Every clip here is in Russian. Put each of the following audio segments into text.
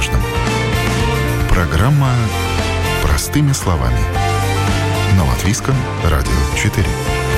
каждом. Программа «Простыми словами» на Латвийском радио 4.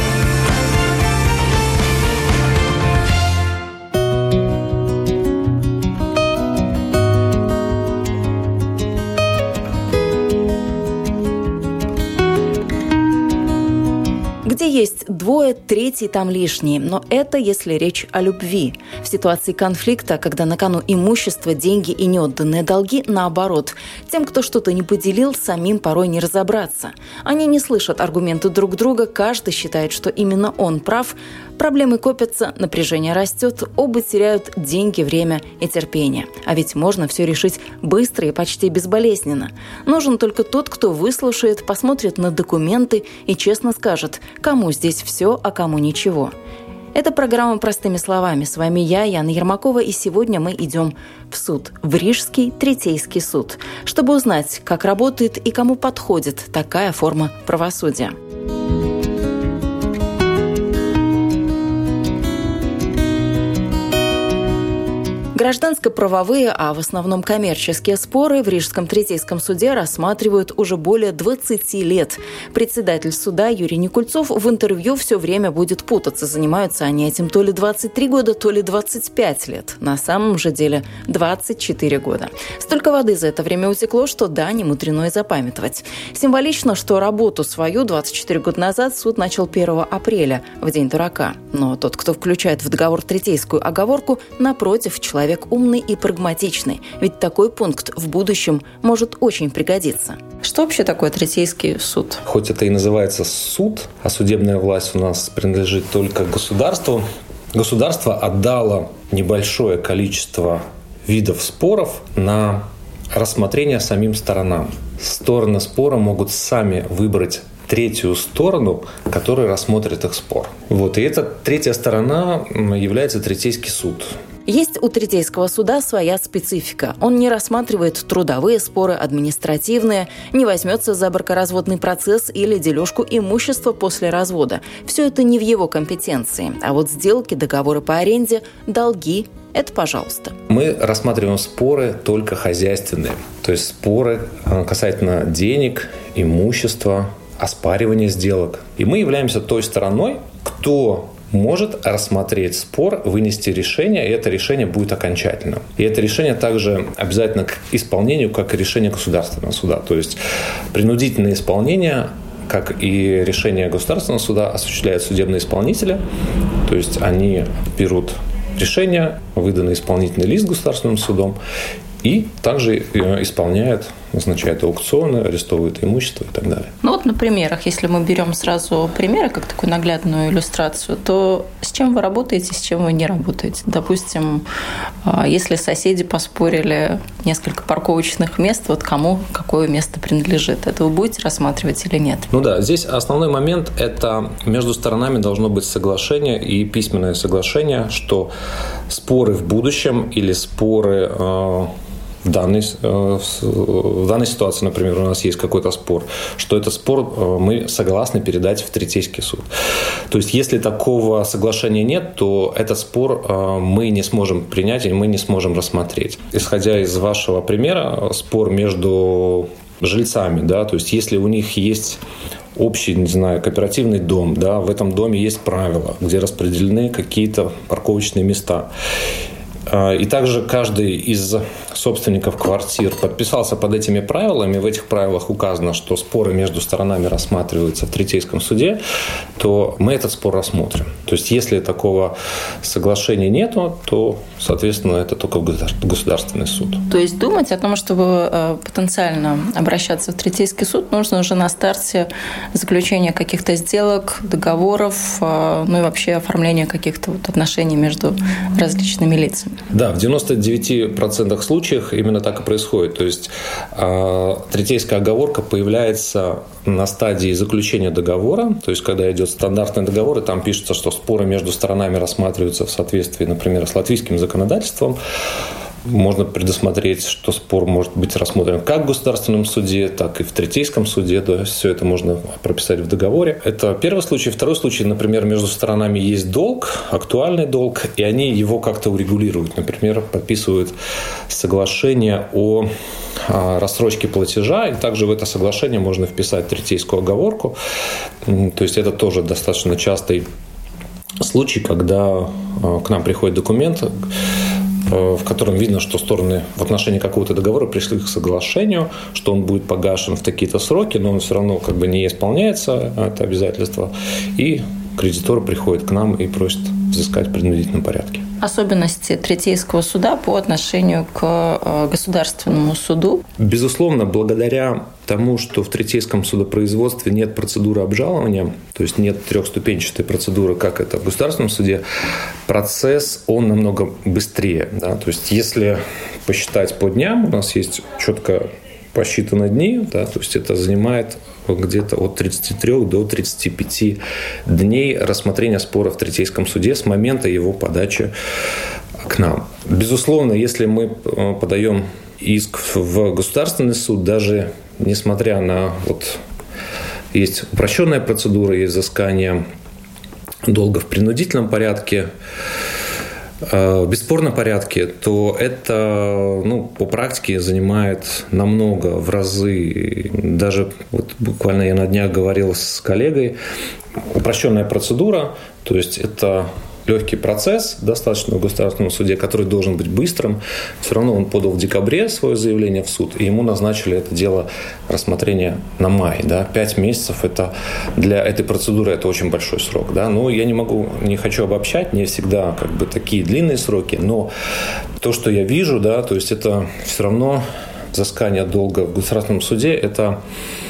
Где есть двое, третий там лишний. Но это если речь о любви. В ситуации конфликта, когда на кону имущество, деньги и неотданные долги, наоборот. Тем, кто что-то не поделил, самим порой не разобраться. Они не слышат аргументы друг друга, каждый считает, что именно он прав. Проблемы копятся, напряжение растет, оба теряют деньги, время и терпение. А ведь можно все решить быстро и почти безболезненно. Нужен только тот, кто выслушает, посмотрит на документы и честно скажет, кому здесь все, а кому ничего. Это программа «Простыми словами». С вами я, Яна Ермакова, и сегодня мы идем в суд, в Рижский Третейский суд, чтобы узнать, как работает и кому подходит такая форма правосудия. Гражданско-правовые, а в основном коммерческие споры в Рижском Третейском суде рассматривают уже более 20 лет. Председатель суда Юрий Никульцов в интервью все время будет путаться. Занимаются они этим то ли 23 года, то ли 25 лет. На самом же деле 24 года. Столько воды за это время утекло, что да, не мудрено и запамятовать. Символично, что работу свою 24 года назад суд начал 1 апреля, в День дурака. Но тот, кто включает в договор третейскую оговорку, напротив, человек умный и прагматичный. Ведь такой пункт в будущем может очень пригодиться. Что вообще такое Третейский суд? Хоть это и называется суд, а судебная власть у нас принадлежит только государству, государство отдало небольшое количество видов споров на рассмотрение самим сторонам. Стороны спора могут сами выбрать третью сторону, которая рассмотрит их спор. И эта третья сторона является Третейский суд. Есть у Третейского суда своя специфика. Он не рассматривает трудовые споры, административные, не возьмется за бракоразводный процесс или дележку имущества после развода. Все это не в его компетенции. А вот сделки, договоры по аренде, долги – это пожалуйста. Мы рассматриваем споры только хозяйственные. То есть споры касательно денег, имущества, оспаривания сделок. И мы являемся той стороной, кто может рассмотреть спор, вынести решение, и это решение будет окончательным. И это решение также обязательно к исполнению, как и решение государственного суда. То есть принудительное исполнение, как и решение государственного суда, осуществляют судебные исполнители. То есть они берут решение, выданный исполнительный лист государственным судом, и также исполняют, назначают аукционы, арестовывают имущество и так далее. На примерах, если мы берем сразу примеры, как такую наглядную иллюстрацию, то с чем вы работаете, с чем вы не работаете? Допустим, если соседи поспорили несколько парковочных мест, кому какое место принадлежит, это вы будете рассматривать или нет? Здесь основной момент – это между сторонами должно быть соглашение и письменное соглашение, что споры в будущем или споры в данной ситуации, например, у нас есть какой-то спор, что этот спор мы согласны передать в Третейский суд. То есть, если такого соглашения нет, то этот спор мы не сможем принять и мы не сможем рассмотреть. Исходя из вашего примера, спор между жильцами, то есть, если у них есть общий, кооперативный дом, в этом доме есть правила, где распределены какие-то парковочные места. И также каждый из собственников квартир подписался под этими правилами. В этих правилах указано, что споры между сторонами рассматриваются в Третейском суде, то мы этот спор рассмотрим. То есть, если такого соглашения нету, то, соответственно, это только государственный суд. То есть, думать о том, чтобы потенциально обращаться в Третейский суд, нужно уже на старте заключения каких-то сделок, договоров, и вообще оформления каких-то отношений между различными лицами. Да, в 99% случаев именно так и происходит. То есть третейская оговорка появляется на стадии заключения договора, то есть когда идет стандартный договор, и там пишется, что споры между сторонами рассматриваются в соответствии, например, с латвийским законодательством. можно предусмотреть, что спор может быть рассмотрен как в государственном суде, так и в третейском суде. То есть все это можно прописать в договоре. Это первый случай. Второй случай, например, между сторонами есть долг, актуальный долг, и они его как-то урегулируют. Например, подписывают соглашение о рассрочке платежа, и также в это соглашение можно вписать третейскую оговорку. То есть это тоже достаточно частый случай, когда к нам приходит документ, в котором видно, что стороны в отношении какого-то договора пришли к соглашению, что он будет погашен в такие-то сроки, но он все равно как бы не исполняется, это обязательство, и кредитор приходит к нам и просит взыскать в принудительном порядке. Особенности третейского суда по отношению к государственному суду? Безусловно, благодаря тому, что в третейском судопроизводстве нет процедуры обжалования, то есть нет трехступенчатой процедуры, как это в государственном суде, процесс, он намного быстрее. Да? То есть если посчитать по дням, у нас есть четко посчитаны дни, да, то есть это занимает где-то от 33 до 35 дней рассмотрения спора в третейском суде с момента его подачи к нам. Безусловно, если мы подаем иск в государственный суд, даже несмотря на есть упрощенная процедура, есть взыскание долга в принудительном порядке, в бесспорном порядке, то это по практике занимает намного, в разы. Даже буквально я на днях говорил с коллегой, упрощенная процедура, то есть это легкий процесс достаточно в государственном суде, который должен быть быстрым. Все равно он подал в декабре свое заявление в суд, и ему назначили это дело рассмотрения на май. Да? 5 месяцев это для этой процедуры это очень большой срок. Да? Но я не хочу обобщать, не всегда такие длинные сроки, но то, что я вижу, да, то есть это все равно взыскание долга в государственном суде, это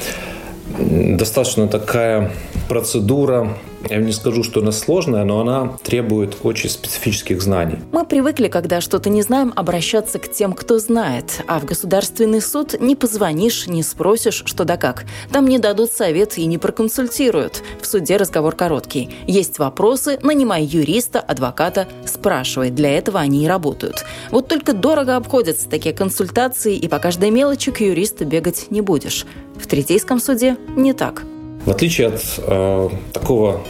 достаточно такая процедура, я не скажу, что она сложная, но она требует очень специфических знаний. Мы привыкли, когда что-то не знаем, обращаться к тем, кто знает. А в государственный суд не позвонишь, не спросишь, что да как. Там не дадут совет и не проконсультируют. В суде разговор короткий. Есть вопросы, нанимай юриста, адвоката, спрашивай. Для этого они и работают. Вот только дорого обходятся такие консультации, и по каждой мелочи к юристу бегать не будешь. В третейском суде не так. В отличие от такого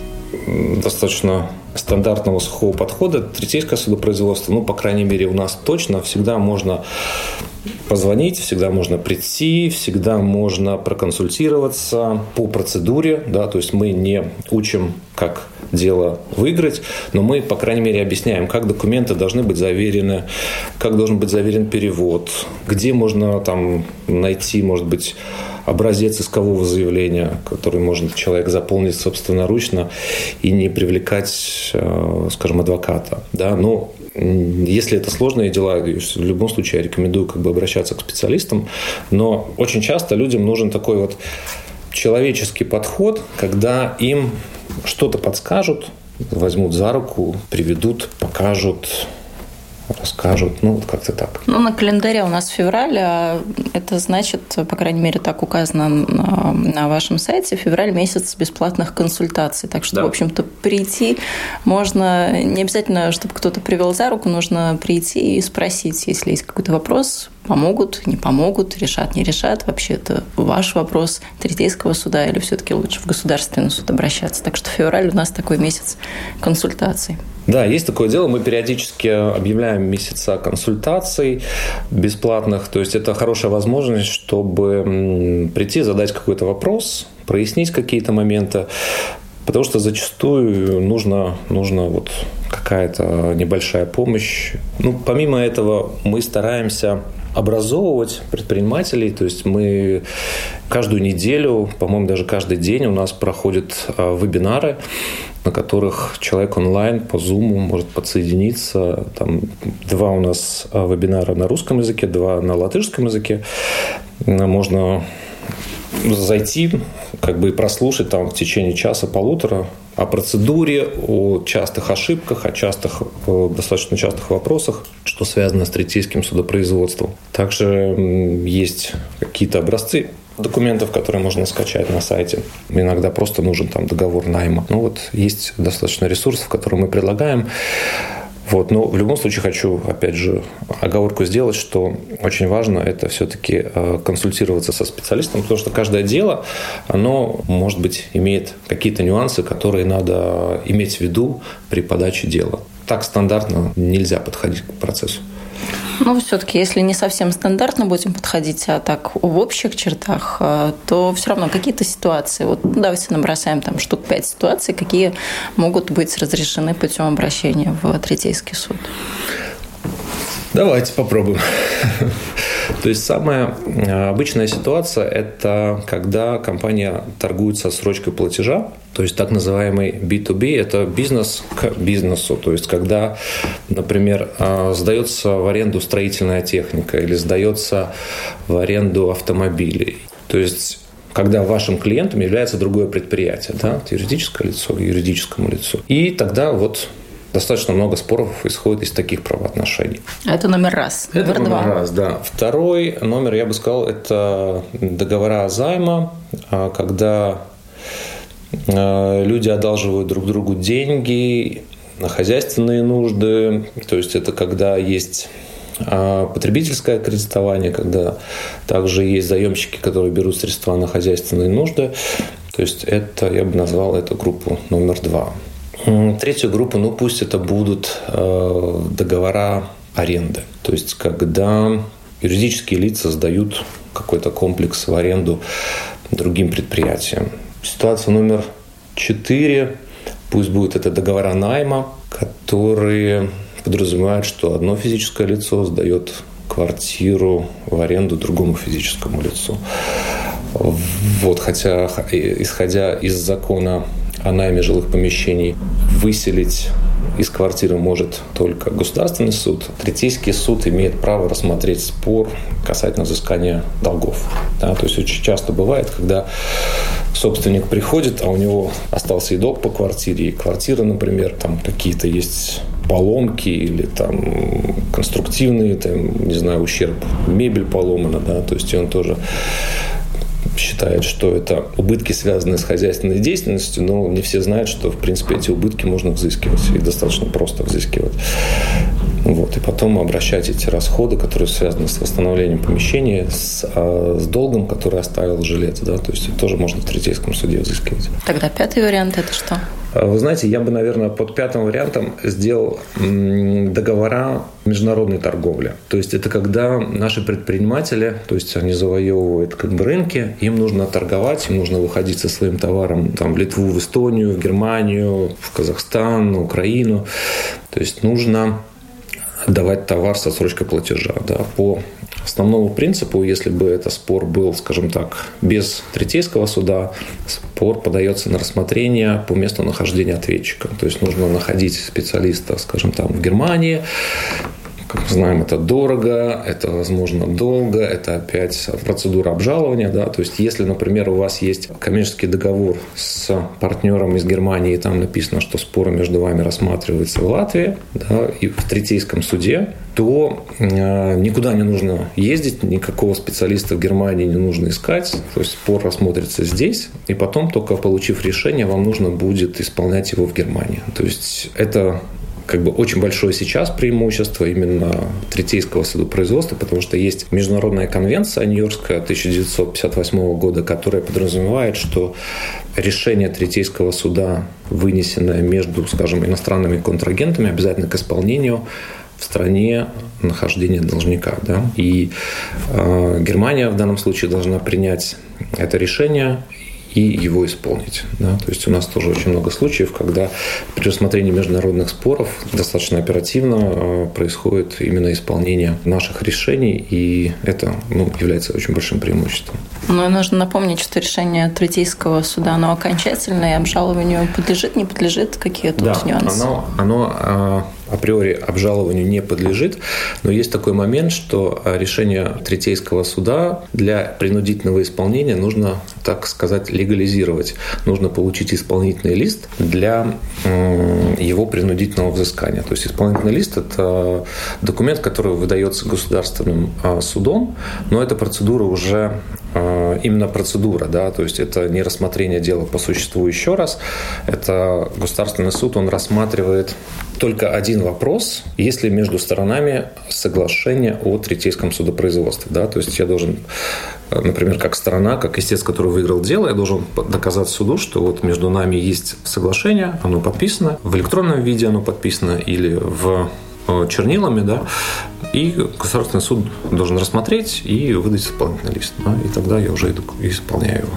достаточно стандартного сухого подхода, третейское судопроизводство, по крайней мере, у нас точно всегда можно позвонить, всегда можно прийти, всегда можно проконсультироваться по процедуре, да, то есть мы не учим, как дело выиграть, но мы, по крайней мере, объясняем, как документы должны быть заверены, как должен быть заверен перевод, где можно найти, может быть, образец искового заявления, который может человек заполнить собственноручно и не привлекать, скажем, адвоката. Да? Но если это сложные дела, в любом случае я рекомендую обращаться к специалистам, но очень часто людям нужен такой человеческий подход, когда им что-то подскажут, возьмут за руку, приведут, покажут, расскажут, как-то так. На календаре у нас февраль, а это значит, по крайней мере, так указано на вашем сайте, февраль месяц бесплатных консультаций. Так что, да. В общем-то, прийти можно, не обязательно, чтобы кто-то привел за руку, нужно прийти и спросить, если есть какой-то вопрос, помогут, не помогут, решат, не решат. Вообще это ваш вопрос третейского суда или все-таки лучше в государственный суд обращаться. Так что февраль у нас такой месяц консультаций. Да, есть такое дело. Мы периодически объявляем месяца консультаций бесплатных. То есть это хорошая возможность, чтобы прийти, задать какой-то вопрос, прояснить какие-то моменты. Потому что зачастую нужна какая-то небольшая помощь. Помимо этого, мы стараемся образовывать предпринимателей. То есть мы каждую неделю, по-моему, даже каждый день у нас проходят вебинары, на которых человек онлайн по Zoom может подсоединиться. 2 у нас вебинара на русском языке, 2 на латышском языке. Можно зайти, и прослушать в течение часа-полутора о процедуре, о частых ошибках, о достаточно частых вопросах, что связано с третейским судопроизводством. Также есть какие-то образцы документов, которые можно скачать на сайте. Иногда просто нужен договор найма. Есть достаточно ресурсов, которые мы предлагаем. Вот. Но в любом случае хочу, опять же, оговорку сделать, что очень важно это все-таки консультироваться со специалистом, потому что каждое дело, оно, может быть, имеет какие-то нюансы, которые надо иметь в виду при подаче дела. Так стандартно нельзя подходить к процессу. Ну, все-таки, если не совсем стандартно будем подходить, а так в общих чертах, то все равно какие-то ситуации. Вот давайте набросаем там штук 5 ситуаций, какие могут быть разрешены путем обращения в третейский суд. Давайте попробуем. То есть самая обычная ситуация – это когда компания торгует со отсрочкой платежа, то есть так называемый B2B – это бизнес к бизнесу. То есть когда, например, сдается в аренду строительная техника или сдается в аренду автомобили. То есть когда вашим клиентом является другое предприятие, да, юридическое лицо юридическому лицу. И тогда вот достаточно много споров исходит из таких правоотношений. Это номер раз. Это номер раз, да. Второй номер, я бы сказал, это договора займа, когда люди одалживают друг другу деньги на хозяйственные нужды. То есть это когда есть потребительское кредитование, когда также есть заемщики, которые берут средства на хозяйственные нужды. То есть это, я бы назвал эту группу номер 2. Третью группу, пусть это будут договора аренды. То есть когда юридические лица сдают какой-то комплекс в аренду другим предприятиям. Ситуация номер 4, пусть будет это договора найма, которые подразумевают, что одно физическое лицо сдает квартиру в аренду другому физическому лицу. Вот, хотя, исходя из закона о найме жилых помещений, выселить из квартиры может только государственный суд. Третейский суд имеет право рассмотреть спор касательно взыскания долгов. Да, то есть очень часто бывает, когда собственник приходит, а у него остался и долг по квартире, и квартира, например, там какие-то есть поломки или там конструктивные, там, не знаю, ущерб, мебель поломана, да, то есть он тоже считает, что это убытки, связанные с хозяйственной деятельностью, но не все знают, что, в принципе, эти убытки можно взыскивать, и достаточно просто взыскивать. Вот. И потом обращать эти расходы, которые связаны с восстановлением помещения, с долгом, который оставил жилец. Да? То есть это тоже можно в третейском суде взыскивать. Тогда пятый вариант – это что? Вы знаете, я бы, наверное, под пятым вариантом сделал договора международной торговли. То есть это когда наши предприниматели, то есть они завоевывают рынки, им нужно торговать, им нужно выходить со своим товаром в Литву, в Эстонию, в Германию, в Казахстан, на Украину. То есть нужно отдавать товар с отсрочкой платежа. Да. По основному принципу, если бы этот спор был, скажем так, без третейского суда, спор подается на рассмотрение по месту нахождения ответчика. То есть нужно находить специалиста, скажем, в Германии. Как мы знаем, это дорого, это, возможно, долго, это опять процедура обжалования. Да? То есть, если, например, у вас есть коммерческий договор с партнером из Германии, и там написано, что спор между вами рассматривается в Латвии, да, и в третейском суде, то никуда не нужно ездить, никакого специалиста в Германии не нужно искать. То есть, спор рассмотрится здесь, и потом, только получив решение, вам нужно будет исполнять его в Германии. То есть, это очень большое сейчас преимущество именно третейского судопроизводства, потому что есть международная конвенция Нью-Йоркская 1958 года, которая подразумевает, что решение третейского суда, вынесенное между, скажем, иностранными контрагентами, обязательно к исполнению в стране нахождения должника. Да? И Германия в данном случае должна принять это решение и его исполнить. Да? То есть у нас тоже очень много случаев, когда при рассмотрении международных споров достаточно оперативно происходит именно исполнение наших решений, и это является очень большим преимуществом. Но нужно напомнить, что решение третейского суда, оно окончательное, обжалованию подлежит, не подлежит, какие тут нюансы? Оно априори обжалованию не подлежит, но есть такой момент, что решение третейского суда для принудительного исполнения нужно, так сказать, легализировать. Нужно получить исполнительный лист для его принудительного взыскания. То есть исполнительный лист – это документ, который выдается государственным судом, но эта процедура уже именно процедура, да, то есть это не рассмотрение дела по существу еще раз, это Государственный суд, он рассматривает только один вопрос, если между сторонами соглашение о третейском судопроизводстве, да, то есть я должен, например, как сторона, как истец, который выиграл дело, я должен доказать суду, что вот между нами есть соглашение, оно подписано, в электронном виде оно подписано или в чернилами, да, и Государственный суд должен рассмотреть и выдать исполнительный лист, да, и тогда я уже иду и исполняю его.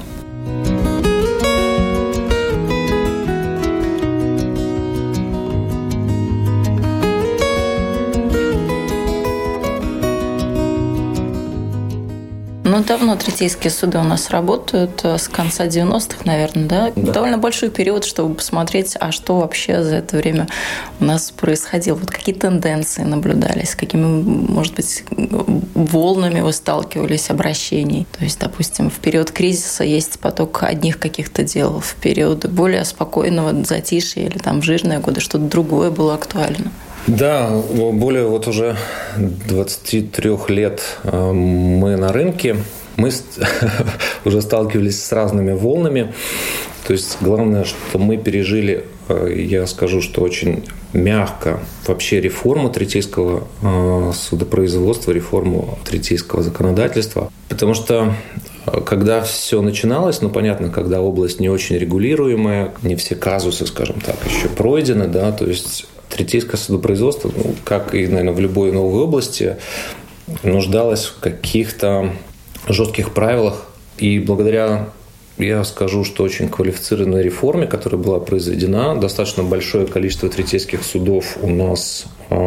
Ну, давно третейские суды у нас работают, с конца 90-х, наверное, да? Довольно большой период, чтобы посмотреть, а что вообще за это время у нас происходило. Вот какие тенденции наблюдались, какими, может быть, волнами вы сталкивались обращений. То есть, допустим, в период кризиса есть поток одних каких-то дел, в период более спокойного затишья или там в жирные годы что-то другое было актуально. Да, более вот уже 23 лет мы на рынке, мы уже сталкивались с разными волнами. То есть главное, что мы пережили, я скажу, что очень мягко вообще реформу третейского судопроизводства, реформу третейского законодательства. Потому что когда все начиналось, ну, понятно, когда область не очень регулируемая, не все казусы, скажем так, еще пройдены, да, то есть третейское судопроизводство, ну, как и, наверное, в любой новой области, нуждалось в каких-то жестких правилах. И благодаря, я скажу, что очень квалифицированной реформе, которая была произведена, достаточно большое количество третейских судов у нас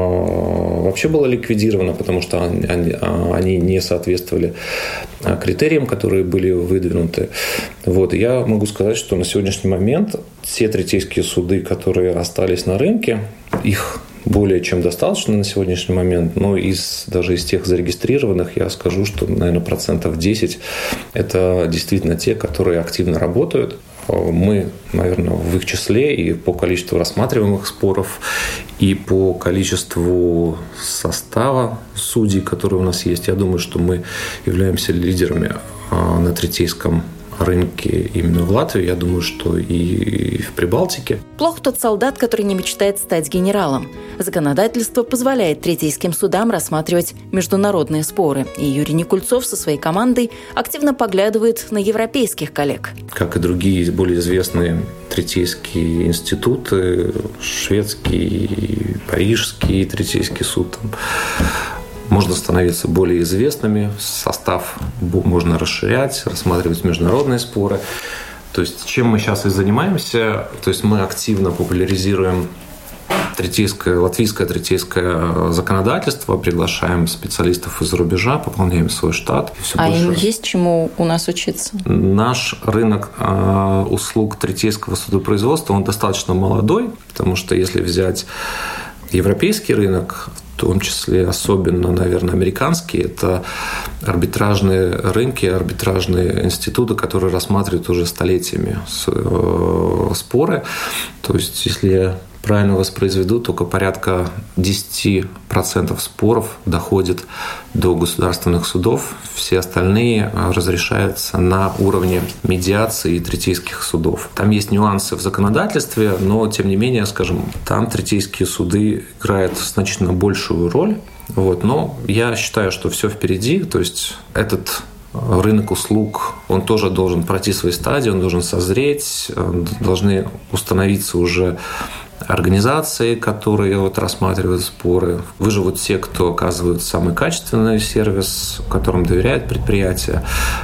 вообще было ликвидировано, потому что они не соответствовали критериям, которые были выдвинуты. Вот. Я могу сказать, что на сегодняшний момент все третейские суды, которые остались на рынке, их более чем достаточно на сегодняшний момент, но даже из тех зарегистрированных я скажу, что, наверное, 10% это действительно те, которые активно работают. Мы, наверное, в их числе и по количеству рассматриваемых споров, и по количеству состава судей, которые у нас есть. Я думаю, что мы являемся лидерами на третейском рынке именно в Латвии, я думаю, что и в Прибалтике. Плох тот солдат, который не мечтает стать генералом. Законодательство позволяет третейским судам рассматривать международные споры, и Юрий Никульцов со своей командой активно поглядывает на европейских коллег. Как и другие более известные третейские институты, шведский, парижский третейский суд, можно становиться более известными, состав можно расширять, рассматривать международные споры. То есть чем мы сейчас и занимаемся, то есть мы активно популяризируем латвийское третейское законодательство, приглашаем специалистов из-за рубежа, пополняем свой штат. Им есть чему у нас учиться? Наш рынок услуг третейского судопроизводства, он достаточно молодой, потому что если взять европейский рынок, в том числе особенно, наверное, американские, это арбитражные рынки, арбитражные институты, которые рассматривают уже столетиями споры. То есть, если я правильно воспроизведу, только порядка 10% споров доходит до государственных судов. Все остальные разрешаются на уровне медиации и третейских судов. Там есть нюансы в законодательстве, но, тем не менее, скажем, там третейские суды играют значительно большую роль. Вот. Но я считаю, что все впереди. То есть этот рынок услуг, он тоже должен пройти свои стадии, он должен созреть, должны установиться уже организации, которые рассматривают споры. Выживут те, кто оказывают самый качественный сервис, которым доверяют предприятия.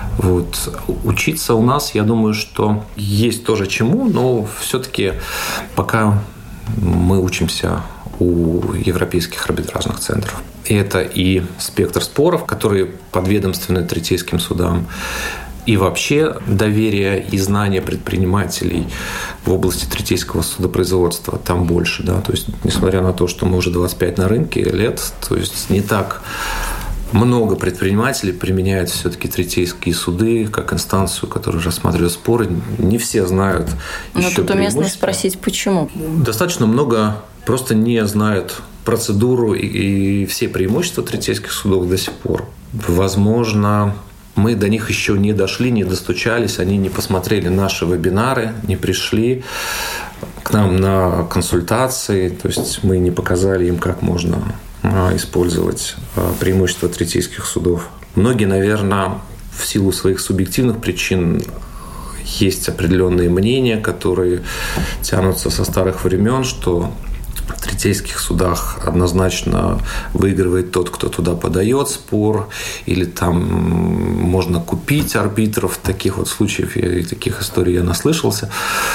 Учиться у нас, я думаю, что есть тоже чему, но все-таки пока мы учимся у европейских арбитражных центров. И это и спектр споров, которые подведомственны третейским судам, и вообще доверие и знания предпринимателей в области третейского судопроизводства там больше. Да? То есть, несмотря на то, что мы уже 25 на рынке лет, то есть не так много предпринимателей применяют все-таки третейские суды как инстанцию, которая рассматривает споры. Не все знают. Но тут уместно спросить, почему? Достаточно много просто не знают процедуру и все преимущества третейских судов до сих пор. Возможно, мы до них еще не дошли, не достучались, они не посмотрели наши вебинары, не пришли к нам на консультации, то есть мы не показали им, как можно использовать преимущества третейских судов. Многие, наверное, в силу своих субъективных причин есть определенные мнения, которые тянутся со старых времен, что в третейских судах однозначно выигрывает тот, кто туда подает спор, или там можно купить арбитров. Таких вот случаев и таких историй я наслышался.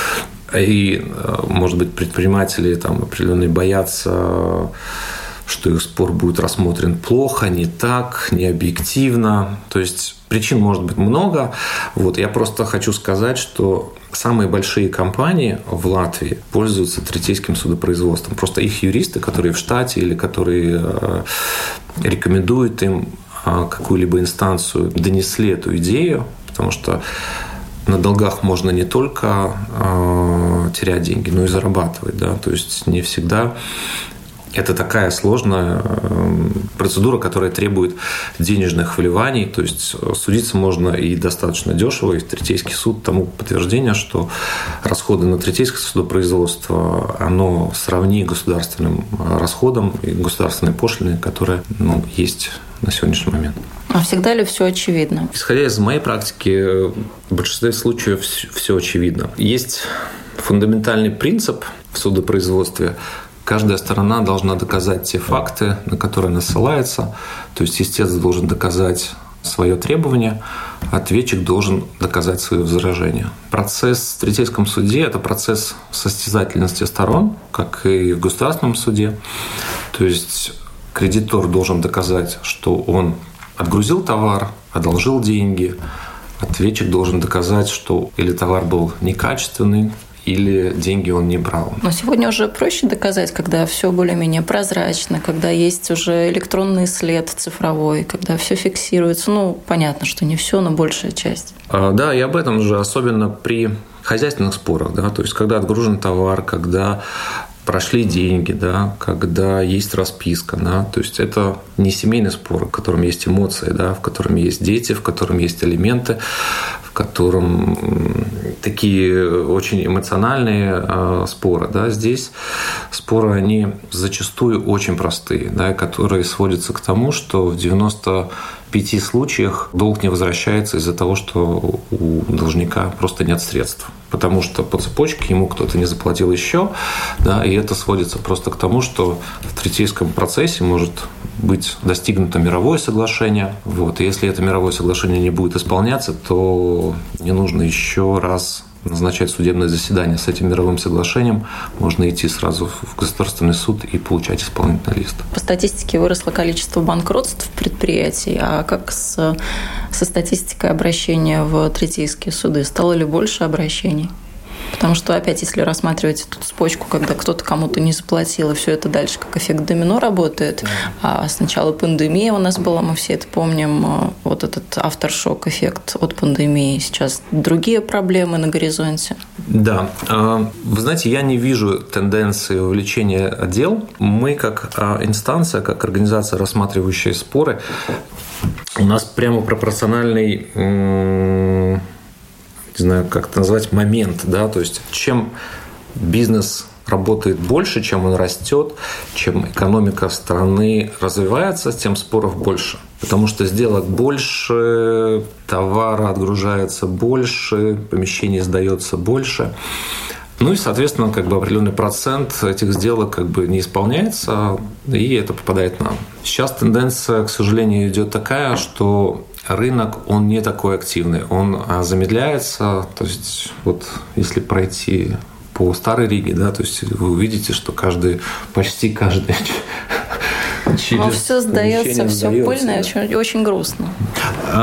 И, может быть, предприниматели там определенные боятся, что их спор будет рассмотрен плохо, не так, не объективно. То есть причин может быть много. Вот, я просто хочу сказать, что самые большие компании в Латвии пользуются третейским судопроизводством. Просто их юристы, которые в штате или которые рекомендуют им какую-либо инстанцию, донесли эту идею, потому что на долгах можно не только терять деньги, но и зарабатывать. Да? То есть не всегда это такая сложная процедура, которая требует денежных вливаний. То есть судиться можно и достаточно дешево. И третейский суд тому подтверждение, что расходы на третейское судопроизводство, оно сравни государственным расходам и государственной пошлиной, которая есть на сегодняшний момент. А всегда ли все очевидно? Исходя из моей практики, в большинстве случаев все очевидно. Есть фундаментальный принцип в судопроизводстве. Каждая сторона должна доказать те факты, на которые она ссылается. То есть истец должен доказать свое требование, ответчик должен доказать свое возражение. Процесс в третейском суде – это процесс состязательности сторон, как и в государственном суде. То есть кредитор должен доказать, что он отгрузил товар, одолжил деньги. Ответчик должен доказать, что или товар был некачественный, или деньги он не брал. Но сегодня уже проще доказать, когда все более-менее прозрачно, когда есть уже электронный след цифровой, когда все фиксируется. Понятно, что не все, но большая часть. Да, и об этом же, особенно при хозяйственных спорах, да, то есть когда отгружен товар, когда прошли деньги, да, когда есть расписка, да, то есть это не семейный спор, в котором есть эмоции, да, в котором есть дети, в котором есть элементы, в котором такие очень эмоциональные споры, да, здесь споры, они зачастую очень простые, да, которые сводятся к тому, что в 95 случаях долг не возвращается из-за того, что у должника просто нет средств. Потому что по цепочке ему кто-то не заплатил еще, да, и это сводится просто к тому, что в третейском процессе может быть достигнуто мировое соглашение. Вот, и если это мировое соглашение не будет исполняться, то не нужно еще раз назначать судебное заседание. С этим мировым соглашением можно идти сразу в государственный суд и получать исполнительный лист. По статистике выросло количество банкротств предприятий, а как со статистикой обращения в третейские суды? Стало ли больше обращений? Потому что, опять, если рассматривать эту цепочку, когда кто-то кому-то не заплатил, и все это дальше как эффект домино работает, а сначала пандемия у нас была, мы все это помним, вот этот афтершок-эффект от пандемии, сейчас другие проблемы на горизонте. Да. Вы знаете, я не вижу тенденции увеличения дел. Мы, как инстанция, как организация, рассматривающая споры, у нас прямо пропорциональный, не знаю, как это назвать, момент, да, то есть чем бизнес работает больше, чем он растет, чем экономика страны развивается, тем споров больше. Потому что сделок больше, товара отгружается больше, помещений сдается больше. Ну и, соответственно, определенный процент этих сделок не исполняется, и это попадает нам. Сейчас тенденция, к сожалению, идет такая, что рынок, он не такой активный, он замедляется. То есть, вот если пройти по Старой Риге, да, то есть вы увидите, что почти каждый через все сдается, все пыльно, очень, очень грустно.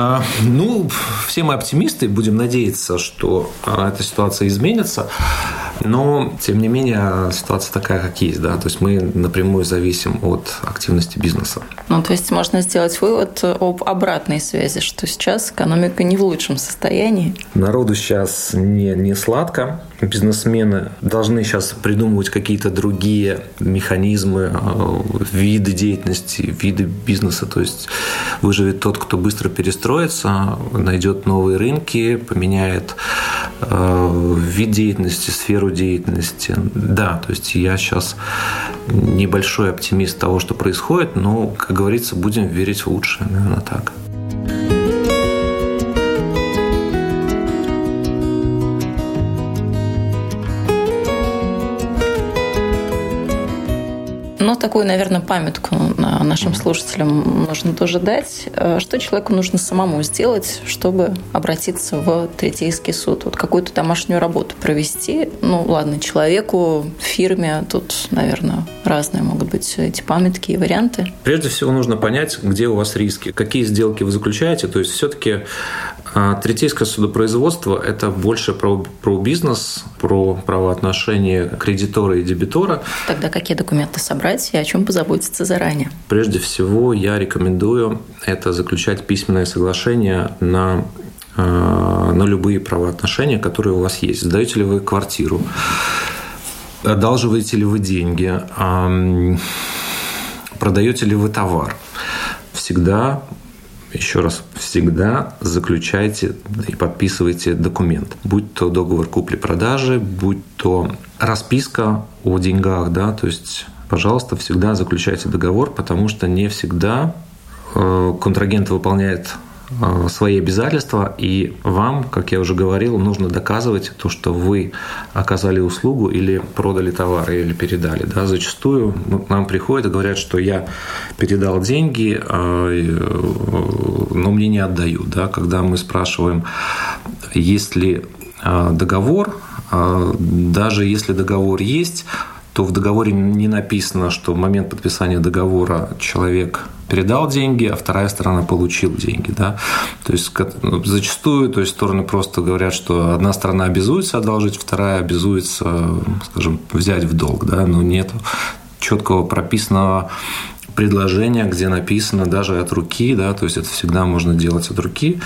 Все мы оптимисты, будем надеяться, что эта ситуация изменится. Но, тем не менее, ситуация такая, как есть, да, то есть мы напрямую зависим от активности бизнеса. Ну, то есть можно сделать вывод об обратной связи, что сейчас экономика не в лучшем состоянии. Народу сейчас не сладко. Бизнесмены должны сейчас придумывать какие-то другие механизмы, виды деятельности, виды бизнеса. То есть выживет тот, кто быстро перестроится, найдет новые рынки, поменяет вид деятельности, сферу деятельности. Да, то есть я сейчас небольшой оптимист того, что происходит, но, как говорится, будем верить в лучшее, наверное, так. Но такую, наверное, памятку нашим слушателям нужно тоже дать. Что человеку нужно самому сделать, чтобы обратиться в Третейский суд? Вот какую-то домашнюю работу провести. Ну, ладно, человеку, фирме, тут, наверное, разные могут быть эти памятки и варианты. Прежде всего нужно понять, где у вас риски, какие сделки вы заключаете. То есть все-таки Третейское судопроизводство – это больше про бизнес, про правоотношения кредитора и дебитора. Тогда какие документы собрать и о чем позаботиться заранее? Прежде всего, я рекомендую это заключать письменное соглашение на любые правоотношения, которые у вас есть. Сдаете ли вы квартиру? Одалживаете ли вы деньги? Продаете ли вы товар? Всегда заключайте и подписывайте документ. Будь то договор купли-продажи, будь то расписка о деньгах, да, то есть, пожалуйста, всегда заключайте договор, потому что не всегда контрагент выполняет свои обязательства, и вам, как я уже говорил, нужно доказывать то, что вы оказали услугу или продали товар, или передали. Да, зачастую к нам приходят и говорят, что я передал деньги, но мне не отдают. Да, когда мы спрашиваем, есть ли договор, даже если договор есть, то в договоре не написано, что в момент подписания договора человек передал деньги, а вторая сторона получила деньги. Да? То есть зачастую стороны просто говорят, что одна сторона обязуется одолжить, вторая обязуется, скажем, взять в долг. Да? Но нет четкого прописанного предложения, где написано даже от руки, да? То есть это всегда можно делать от руки,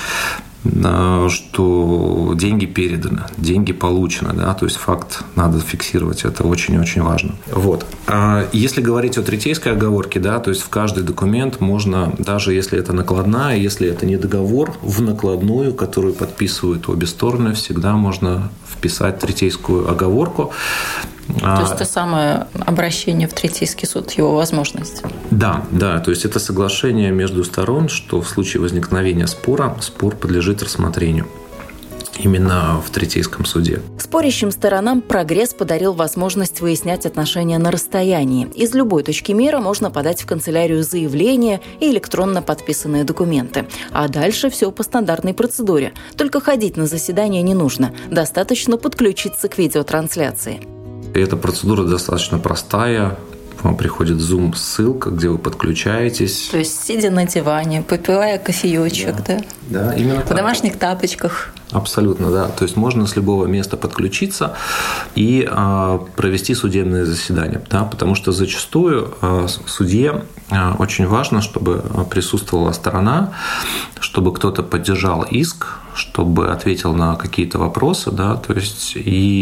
что деньги переданы, деньги получены, да, то есть факт надо фиксировать, это очень-очень важно. Вот. А если говорить о третейской оговорке, да, то есть в каждый документ можно, даже если это накладная, если это не договор, в накладную, которую подписывают обе стороны, всегда можно вписать третейскую оговорку. То есть это самое обращение в Третейский суд, его возможность. Да, то есть это соглашение между сторон, что в случае возникновения спора, спор подлежит рассмотрению именно в Третейском суде. Спорящим сторонам прогресс подарил возможность выяснять отношения на расстоянии. Из любой точки мира можно подать в канцелярию заявление и электронно подписанные документы. А дальше все по стандартной процедуре. Только ходить на заседание не нужно. Достаточно подключиться к видеотрансляции. И эта процедура достаточно простая. Вам приходит Zoom-ссылка, где вы подключаетесь. То есть, сидя на диване, попивая кофеечек, да? Да, именно так. В домашних тапочках. Абсолютно, да. То есть, можно с любого места подключиться и провести судебное заседание. Да? Потому что зачастую судье очень важно, чтобы присутствовала сторона, чтобы кто-то поддержал иск, чтобы ответил на какие-то вопросы, да, то есть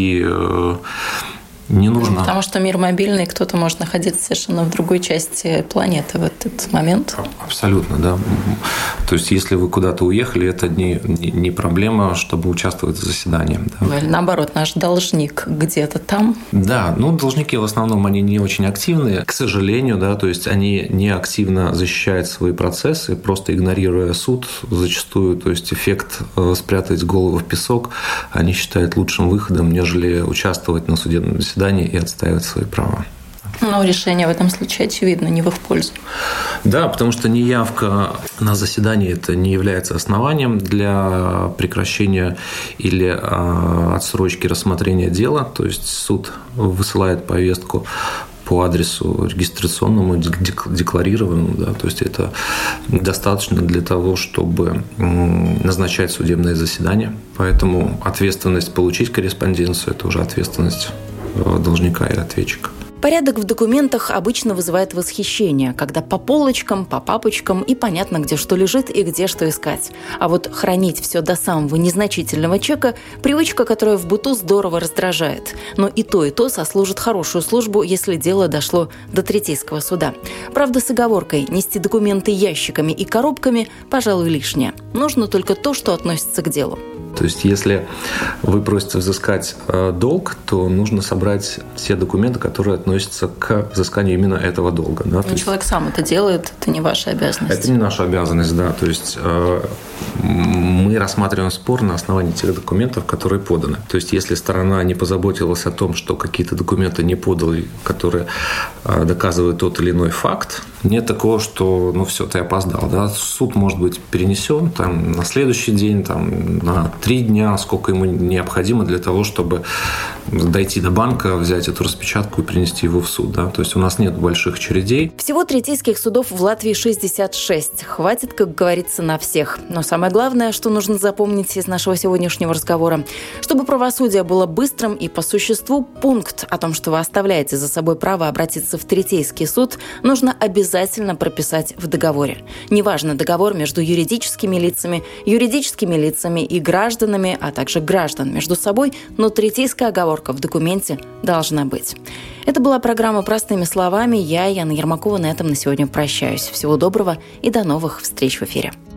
не нужно. Потому что мир мобильный, кто-то может находиться совершенно в другой части планеты в этот момент. Абсолютно, да. То есть, если вы куда-то уехали, это не проблема, чтобы участвовать в заседании. Да. Или наоборот, наш должник где-то там. Да, должники в основном они не очень активные, к сожалению, да, то есть они не активно защищают свои процессы, просто игнорируя суд зачастую, то есть эффект спрятать голову в песок они считают лучшим выходом, нежели участвовать на судебном заседании и отстаивать свои права. Но решение в этом случае, очевидно, не в их пользу. Да, потому что неявка на заседание это не является основанием для прекращения или отсрочки рассмотрения дела. То есть суд высылает повестку по адресу регистрационному, декларированному, да, то есть это достаточно для того, чтобы назначать судебные заседания. Поэтому ответственность получить корреспонденцию – это уже ответственность должника и ответчика. Порядок в документах обычно вызывает восхищение, когда по полочкам, по папочкам и понятно, где что лежит и где что искать. А вот хранить все до самого незначительного чека – привычка, которая в быту здорово раздражает. Но и то сослужит хорошую службу, если дело дошло до третейского суда. Правда, с оговоркой – нести документы ящиками и коробками, пожалуй, лишнее. Нужно только то, что относится к делу. То есть, если вы просите взыскать долг, то нужно собрать все документы, которые относятся к взысканию именно этого долга. Да? Человек сам это делает, это не ваша обязанность. Это не наша обязанность, да. То есть, мы рассматриваем спор на основании тех документов, которые поданы. То есть, если сторона не позаботилась о том, что какие-то документы не подали, которые доказывают тот или иной факт, нет такого, что все, ты опоздал. Да? Суд может быть перенесен на следующий день, на 3 дня, сколько ему необходимо для того, чтобы дойти до банка, взять эту распечатку и принести его в суд. Да? То есть у нас нет больших очередей. Всего третейских судов в Латвии 66. Хватит, как говорится, на всех. Но самое главное, что нужно запомнить из нашего сегодняшнего разговора, чтобы правосудие было быстрым и по существу, пункт о том, что вы оставляете за собой право обратиться в третейский суд, нужно обязательно прописать в договоре. Неважно, договор между юридическими лицами и гражданами, а также граждан между собой, но третейская оговорка в документе должна быть. Это была программа «Простыми словами». Я, Яна Ермакова, на этом на сегодня прощаюсь. Всего доброго и до новых встреч в эфире.